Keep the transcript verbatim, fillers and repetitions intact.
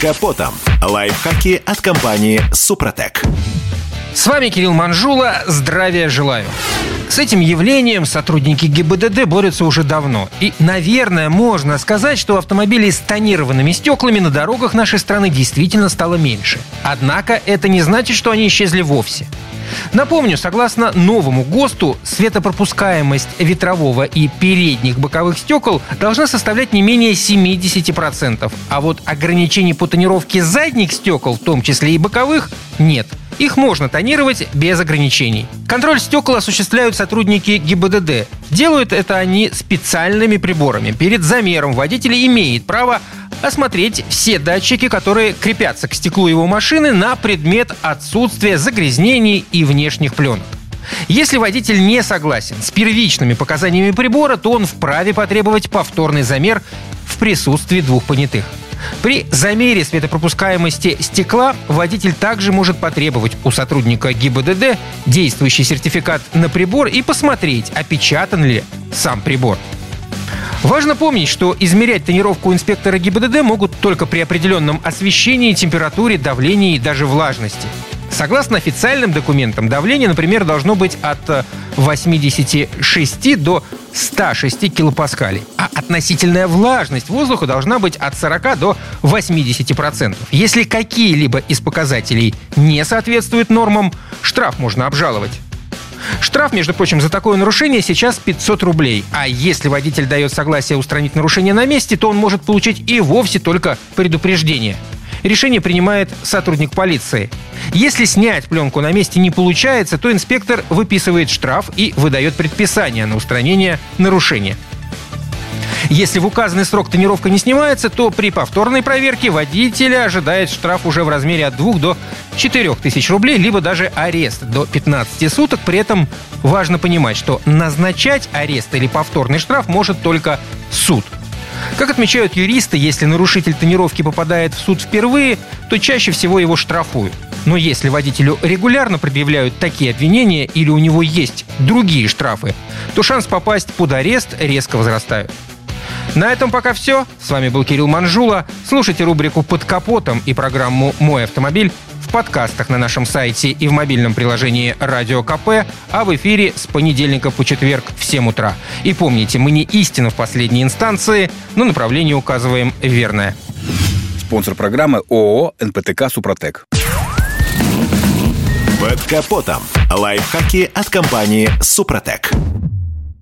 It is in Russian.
капотом. Лайфхаки от компании «Супротек». С вами Кирилл Манжула. Здравия желаю. С этим явлением сотрудники ГИБДД борются уже давно. И, наверное, можно сказать, что автомобилей с тонированными стеклами на дорогах нашей страны действительно стало меньше. Однако это не значит, что они исчезли вовсе. Напомню, согласно новому ГОСТу, светопропускаемость ветрового и передних боковых стекол должна составлять не менее семьдесят процентов. А вот ограничений по тонировке задних стекол, в том числе и боковых, нет. Их можно тонировать без ограничений. Контроль стекол осуществляют сотрудники ГИБДД. Делают это они специальными приборами. Перед замером водитель имеет право осмотреть все датчики, которые крепятся к стеклу его машины, на предмет отсутствия загрязнений и внешних пленок. Если водитель не согласен с первичными показаниями прибора, то он вправе потребовать повторный замер в присутствии двух понятых. При замере светопропускаемости стекла водитель также может потребовать у сотрудника ГИБДД действующий сертификат на прибор и посмотреть, опечатан ли сам прибор. Важно помнить, что измерять тонировку инспектора ГИБДД могут только при определенном освещении, температуре, давлении и даже влажности. Согласно официальным документам, давление, например, должно быть от восьмидесяти шести до ста шести килопаскалей, а относительная влажность воздуха должна быть от сорока до восьмидесяти процентов. Если какие-либо из показателей не соответствуют нормам, штраф можно обжаловать. Штраф, между прочим, за такое нарушение сейчас пятьсот рублей. А если водитель дает согласие устранить нарушение на месте, то он может получить и вовсе только предупреждение. Решение принимает сотрудник полиции. Если снять пленку на месте не получается, то инспектор выписывает штраф и выдает предписание на устранение нарушения. Если в указанный срок тонировка не снимается, то при повторной проверке водителя ожидает штраф уже в размере от двух до четырех тысяч рублей, либо даже арест до пятнадцати суток. При этом важно понимать, что назначать арест или повторный штраф может только суд. Как отмечают юристы, если нарушитель тонировки попадает в суд впервые, то чаще всего его штрафуют. Но если водителю регулярно предъявляют такие обвинения или у него есть другие штрафы, то шанс попасть под арест резко возрастает. На этом пока все. С вами был Кирилл Манжула. Слушайте рубрику «Под капотом» и программу «Мой автомобиль» в подкастах на нашем сайте и в мобильном приложении «Радио КП», а в эфире с понедельника по четверг в семь утра. И помните, мы не истина в последней инстанции, но направление указываем верное. Спонсор программы ООО «эн пэ тэ ка Супротек». Под капотом. Лайфхаки от компании «Супротек».